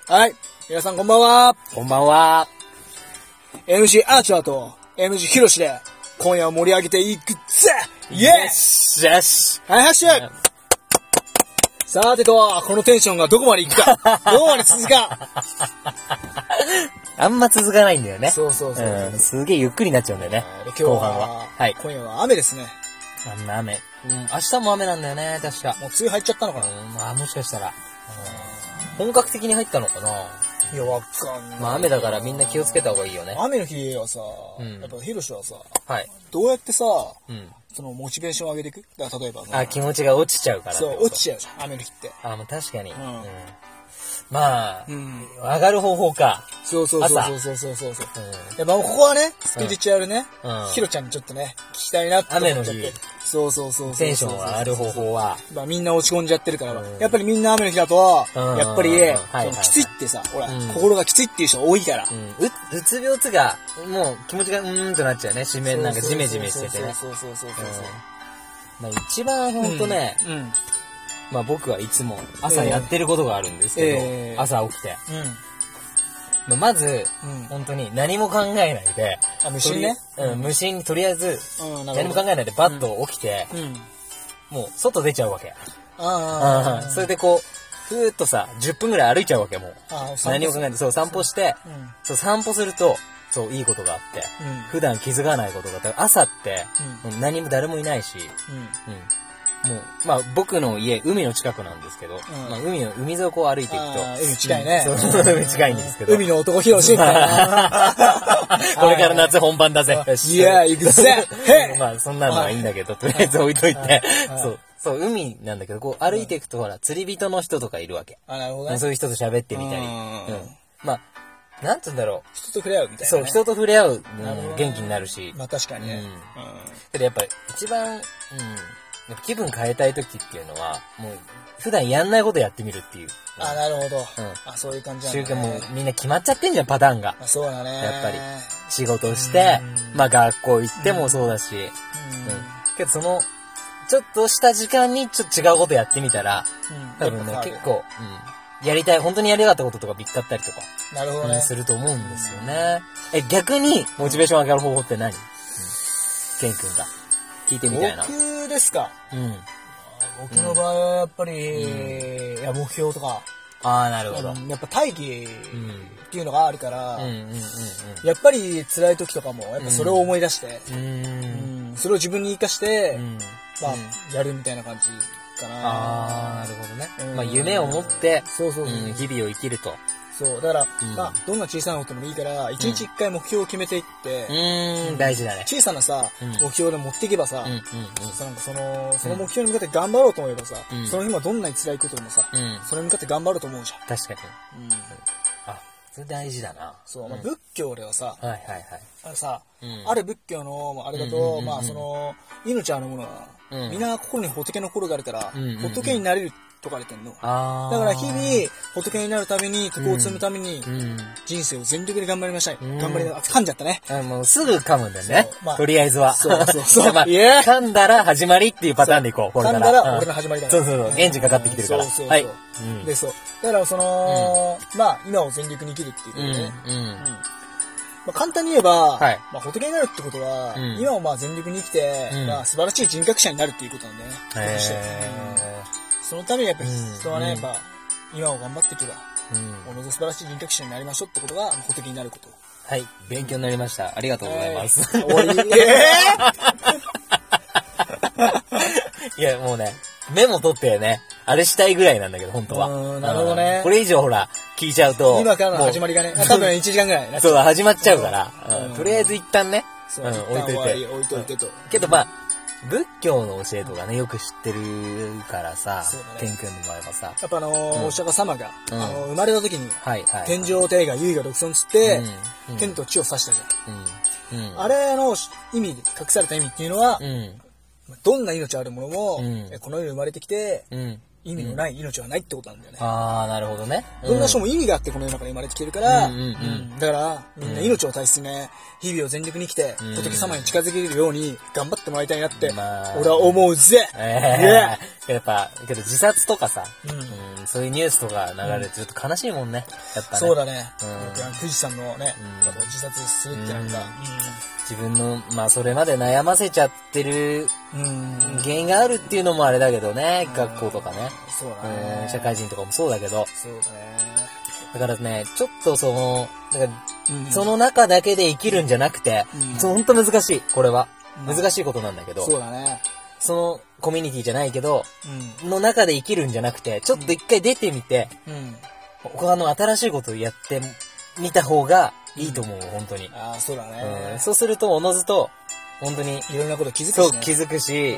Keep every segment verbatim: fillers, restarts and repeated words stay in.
はい。皆さんこんばんは。 こんばんは。 エムシー アーチャーと エムシー ヒロシで今夜を盛り上げていくぜイエスよしはい、ハッシュさてと、このテンションがどこまでいくかどこまで続くかあんま続かないんだよね。 そうそうそう。 うん、すげえゆっくりになっちゃうんだよね。 今日は後半は。はい。 今夜は雨ですね。 あんな雨。うん。明日も雨なんだよね、確か。 もう梅雨入っちゃったのかな。 うん、まあもしかしたら。本格的に入ったのかな。 いや、わかんない。 まあ雨だからみんな気をつけた方がいいよね。 雨の日はさ、 うん、 やっぱヒロシはさ、 はい。 どうやってさ、 うん、 そのモチベーションを上げていく？だから例えばあ、気持ちが落ちちゃうからそう、落ちちゃうじゃん、雨の日って。 あ、もう確かに。 うん。 うん、まあ、 うん、 上がる方法か。 そうそうそうそうそうそうそう。 うん、 やっぱここはね、スピリチュアルね、 うん、 ヒロちゃんにちょっとね、聞きたいなって思っちゃって。 雨の日。 そうそうそうそう。 テンションが上がる方法は。 まあみんな落ち込んじゃってるから、うん、やっぱりみんな雨の日だと、うん、やっぱり、うん、そのきついってさ、ほら、うん、心がきついっていう人多いから。 うん、う、うつ病つが、もう気持ちがうーんとなっちゃうね。湿面なんかジメジメしててね。 そうそうそうそうそう。 まあ一番ほんとね、うんうん、まあ僕はいつも朝やってることがあるんですけど、えー、朝起きて。うん、まあまず、うん、本当に何も考えないで、 あ、無心ね。 うん、無心にとりあえず、何も考えないでバッと起きて、うん、もう外出ちゃうわけ。ああ、それでこう、ふーっとさ、じゅっぷんぐらい歩いちゃうわけもう。何も考えないで、そう散歩して、うん、そう散歩すると、そういいことがあって、うん、普段気づかないことがあって、朝って、うん、何も誰もいないし、うんうん、もう、まあ僕の家、海の近くなんですけど、うんまあ、海の、海沿いこう歩いていくと、 海近いね。 そう、海近いんですけど。 海の男ヒロシみたいな。 これから夏本番だぜ。 いや、行くぜまあそんなのはいいんだけど、とりあえず置いといて、そう。そう、海なんだけど、こう歩いていくとほら、釣り人の人とかいるわけ。 あ、なるほどね。 そういう人と喋ってみたり。うん。まあ、なんつうんだろう。 人と触れ合うみたいな、ね。 そう、人と触れ合う、うん、元気になるし。 まあ確かにね。うん。 けどやっぱ一番、うん、気分変えたい時っていうのは、もう、普段やんないことやってみるっていう。 あ、なるほど。うん。あ、そういう感じなんだね。 習慣もみんな決まっちゃってんじゃん、パターンが。 あ、そうだね。 やっぱり。仕事して、まあ学校行ってもそうだし。うん。うん、けどその、ちょっとした時間にちょっと違うことやってみたら、うん、多分ね、結構、うん、やりたい、本当にやりたかったこととか見つかったりとか、 なるほどね、 すると思うんですよね。え、逆に、モチベーション上がる方法って何？うん、ケン君が。聞いてみたいな。 僕ですか？うん。僕の場合はやっぱり、うん、いや、目標とか。 ああ、なるほど。 やっぱ大義っていうのがあるから、やっぱり辛い時とかも、やっぱそれを思い出して、うんうん、それを自分に生かして、うんまあ、うん、やるみたいな感じかな。 ああ、なるほどね。うん、まあ、夢を持って、そうそうそう、うん、日々を生きると。 そう。だから、うん、まあ、どんな小さなことでもいいから、一日一回目標を決めていって、 うん、大事だね。 小さなさ、うん、目標で持っていけばさ、うんうんうん、なんかその、その目標に向かって頑張ろうと思えばさ、うん、その日はどんなに辛いことでもさ、うん、それに向かって頑張ると思うじゃん。 確かに。うん。あ、それ大事だな。 そう、まあ、仏教ではさ、 はいはいはい。 あのさ、うん、ある仏教のあれだと、まあその、命あるものは、うん、みんな心に仏の心があるから、うんうんうん、仏になれると書かれてんの。だから日々、仏になるために、徳を積むために、うん、人生を全力で頑張りましたい。うん、頑張り、あ、噛んじゃったね。 あもうすぐ噛むんだよね。まあ、とりあえずは。 そうそうそう。 まあ、噛んだら始まりっていうパターンでいこう。これから噛んだら俺の始まりだから。そうそうそう。エンジンかかってきてるから。 そうそうそう。 はい。 うん、で、そう。だからその、うん、まあ、今を全力に生きるっていうことね。うん。うんまあ、簡単に言えば、はい、まあ、仏になるってことは、うん、今をまあ全力に生きて、うん、まあ素晴らしい人格者になるっていうことなんだよね。へー。そのためにやっぱり人はね、やっぱ今を頑張っていけば、うん、おのず素晴らしい人格者になりましょうってことが仏になること。 はい、勉強になりました。ありがとうございます。 えー、終わり。えー、いやもうね、メモ取ってね、あれしたいぐらいなんだけど、本当は。 うん、なるほどね。 これ以上ほら、聞いちゃうと。 今からの始まりがね、多分いちじかんぐらい。 そう、始まっちゃうから、うん、とりあえず一旦ね、 うん、置いといて。置いといてと。 けどまあ、仏教の教えとかね、よく知ってるからさ、ケン君の場合はさ。 やっぱあのー、お釈迦様が、あのー、生まれた時に、天上帝が唯我独尊つって、天と地を指したじゃん。あれの意味、隠された意味っていうのは、どんな命あるものも、この世に生まれてきて、 意味のない命はないってことなんだよね。 ああ、なるほどね。 どんな人も意味があってこの世の中に生まれてきてるから、だから、みんな命を大切にね、日々を全力に生きて、仏様に近づけるように頑張ってもらいたいなって、俺は思うぜ。 ええ。やっぱ、けど自殺とかさ、そういうニュースとか流れてちょっと悲しいもんね。やっぱね。 そうだね。富士山のね、自殺するってなんか、 自分の、まあそれまで悩ませちゃってる原因があるっていうのもあれだけどね、学校とかね。 そうだね。 社会人とかもそうだけど。 そうだね。 だからね、ちょっとその、だからその中だけで生きるんじゃなくて、その本当難しい、これは。難しいことなんだけど。 そうだね。 そのコミュニティじゃないけど、の中で生きるんじゃなくて、ちょっと一回出てみて、他の新しいことをやってみた方がいいと思う、本当に。 ああ、そうだね。 そうすると、おのずと、本当に。 いろんなこと気づくし、ね。 そう、気づくし。うん。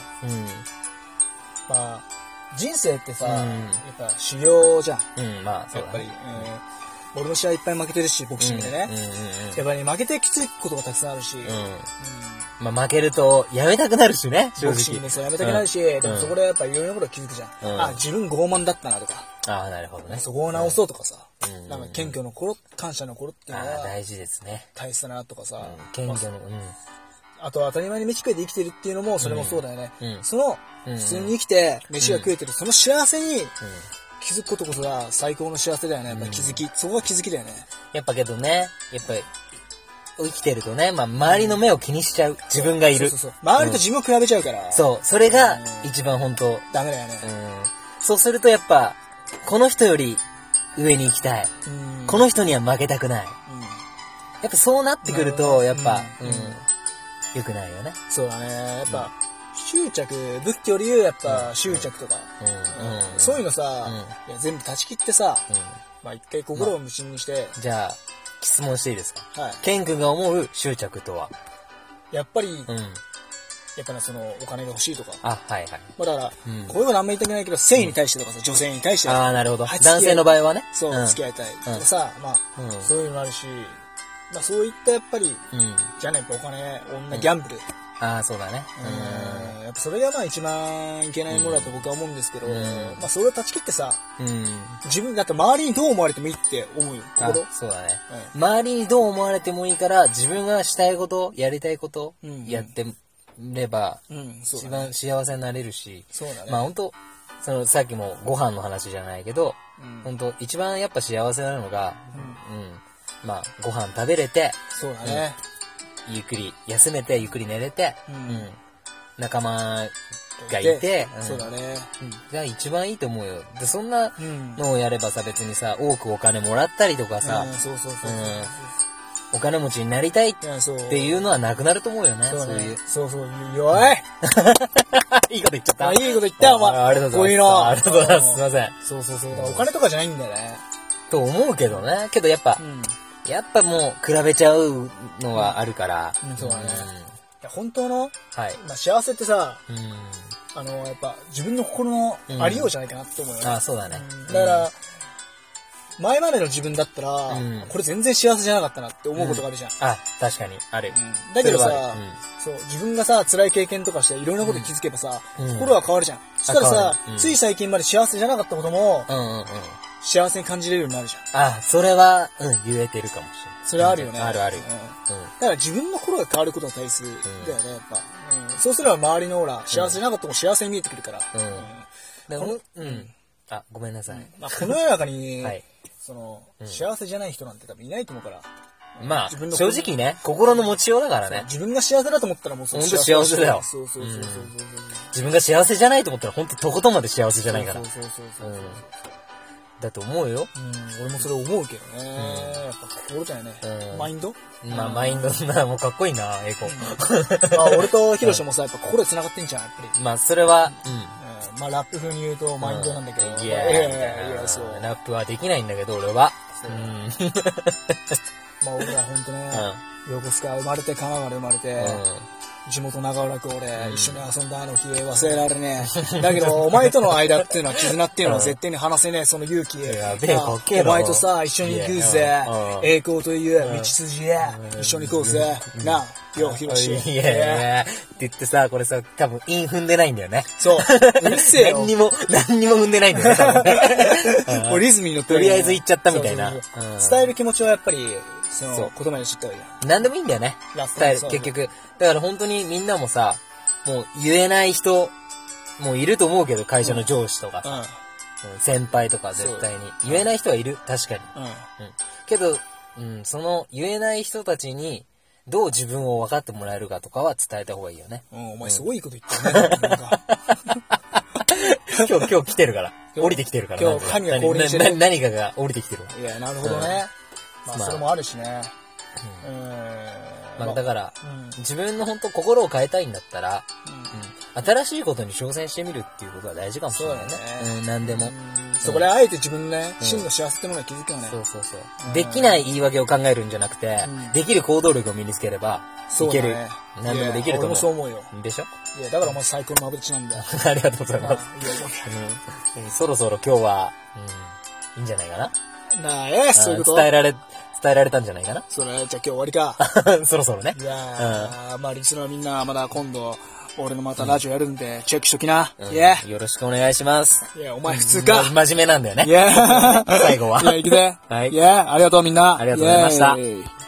まあ、人生ってさ、やっぱ修行じゃん。 うん、まあ、 やっぱり。俺の試合いっぱい負けてるし、ボクシングでね。やっぱり負けてきついことがたくさんあるし。 まあ負けるとやめたくなるしね、正直。 ボクシングでそうやめたくなるし、でもそこでやっぱいろいろなこと気づくじゃん。あ、自分傲慢だったなとか。 ああ、なるほどね。 そこを直そうとかさ。なんか謙虚の頃、感謝の頃っていうのは。 大事ですね。 大切だなとかさ。 謙虚の、うん。 あと当たり前に飯食えて生きてるっていうのも、それもそうだよね。その、普通に生きて飯が食えてる、その幸せに、気づくことこそが最高の幸せだよね。やっぱ気づき。そこが気づきだよね。 やっぱけどね、やっぱり、生きてるとね、まあ、周りの目を気にしちゃう。自分がいる。 そうそうそう。周りと自分を比べちゃうから。 そう。それが一番本当。 ダメだよね。 そうするとやっぱ、この人より上に行きたい。この人には負けたくない。やっぱそうなってくると、やっぱ、良くないよね。 そうだね。やっぱ、執着、仏教で言うやっぱ執着とか。そういうのさ、全部断ち切ってさ、まあ一回心を無心にして。 じゃあ、質問していいですか？ はい。 ケン君が思う執着とは？ やっぱり、うん、やっぱりそのお金が欲しいとか。 あ、はいはい。 まあだから、うん、こういうのあんまり言いたくないけど、性に対してとかさ、女性に対してああ、なるほど。男性の場合はね。 そう、うん、付き合いたいとかさ、まあ、うん、そういうのもあるし、まあそういったやっぱり、うん、じゃあね、やっぱお金、女、ギャンブル。 ああ、そうだね。 うん。やっぱそれがまあ一番いけないものだと僕は思うんですけど、うん、まあそれを断ち切ってさ、うん、自分だって周りにどう思われてもいいって思うよ。心。 そうだね、うん。周りにどう思われてもいいから、自分がしたいこと、やりたいこと、やってれば、うん、一番幸せになれるし、 そうだね。 まあ本当そのさっきもご飯の話じゃないけど、うん、本当一番やっぱ幸せなのが、うん、うん、まあご飯食べれて、 そうだね。 うん、ゆっくり休めて、ゆっくり寝れて、うん、仲間がいて、 うん、そうだね。 が一番いいと思うよ。で、そんなのをやればさ、別にさ、多くお金もらったりとかさ、お金持ちになりたいっていうのはなくなると思うよね。そういう。 そうそう、弱いいいこと言っちゃった。 いいこと言ったよ、お前。 ありがとうございます。こういうの。ありがとうございます。すいません。 そうそうそう。お金とかじゃないんだよね。 と思うけどね。けどやっぱ、やっぱもう比べちゃうのはあるから。 そうだね。本当の、はい、まあ幸せってさ、うん、あのやっぱ自分の心のありようじゃないかなって思うよね。 うん、あ、そうだね。 だから、うん、前までの自分だったら、うん、これ全然幸せじゃなかったなって思うことがあるじゃん。 うん、あ、確かにある。 うん、だけどさ、そう自分がさ辛い経験とかしていろんなこと気づけばさ、うん、心は変わるじゃん。そしたらさ、つい最近まで幸せじゃなかったことも、うんうんうん、幸せに感じれるようになるじゃん。 あ、それは、うん、言えてるかもしれない。 それはあるよね。 あるある。うん。 だから自分の心が変わることが大切だよね、やっぱ。うん。そうすれば周りのほら、幸せじゃなかったも幸せに見えてくるから。うん。 でも、うん。あ、ごめんなさい。 まあ、この世の中に、その、幸せじゃない人なんて多分いないと思うから。 まあ、正直ね、心の持ちようだからね。 自分が幸せだと思ったらもう本当幸せだよ。 そうそうそうそう。 自分が幸せじゃないと思ったら本当とことんまで幸せじゃないから。そうそうそうそう。だと思うよ。 うん、俺もそれ思うけどね。やっぱ心だよね。マインド？ まあ、マインドな、もうかっこいいな、エコ。 まあ、俺とヒロシもさ、やっぱ心で繋がってんじゃん、やっぱり。 まあ、それは、うん。 まあ、ラップ風に言うとマインドなんだけど。 いやいやいや、そう。ラップはできないんだけど、俺は。うん。 まあ、俺らほんとね、横須賀生まれて、神奈川で生まれて、 地元長浦区俺、一緒に遊んだあの日忘れられねえ。だけど、お前との間っていうのは絆っていうのは絶対に話せねえ、その勇気。 やべえ、かっけえな。お前とさ、一緒に行くぜ。栄光という道筋へ、一緒に行こうぜ。なあ、よう、ひろし。 いやいやって言ってさ、これさ、多分、韻踏んでないんだよね。 そう。うるせえよ。 何にも、何にも踏んでないんだよね、多分ね。 もうリズムに乗ってとりあえず行っちゃったみたいな。 伝える気持ちはやっぱり、その、言葉に知った方がいいよ。 何でもいいんだよね。伝える、結局。だから本当にみんなもさ、もう言えない人、もういると思うけど、会社の上司とかさ、先輩とか絶対に。言えない人はいる、確かに。けど、うん、その言えない人たちに、どう自分を分かってもらえるかとかは伝えた方がいいよね。 うん、お前すごいこと言ってるね。 今日、今日来てるから。降りてきてるから。 今日、神が降臨してる。 何かが降りてきてる。 いや、なるほどね。まあ、それもあるしね。 うん。まあ、だから、自分の本当心を変えたいんだったら、新しいことに挑戦してみるっていうことは大事かもしれないね。うん、何でも。 そこであえて自分ね、真の幸せってものに気づくよね。 そうそうそう。できない言い訳を考えるんじゃなくて、できる行動力を身につければ、いける。何でもできると思う。 俺もそう思うよ。 でしょ？ いや、だからお前最高のマブダチなんだよ。 ありがとうございます。そろそろ今日は、いいんじゃないかな。 なあ、えそういうこと伝えられ、伝えられたんじゃないかな。 それ、じゃあ今日終わりか。 そろそろね。 いやー、まあリスナーみんなまだ今度、俺のまたラジオやるんで、チェックしときな。 いや。よろしくお願いします。 いや、お前普通か。 真面目なんだよね。 いや、 最後は。 いや、行くぜ。 はい。 いや、ありがとうみんな。 ありがとうございました。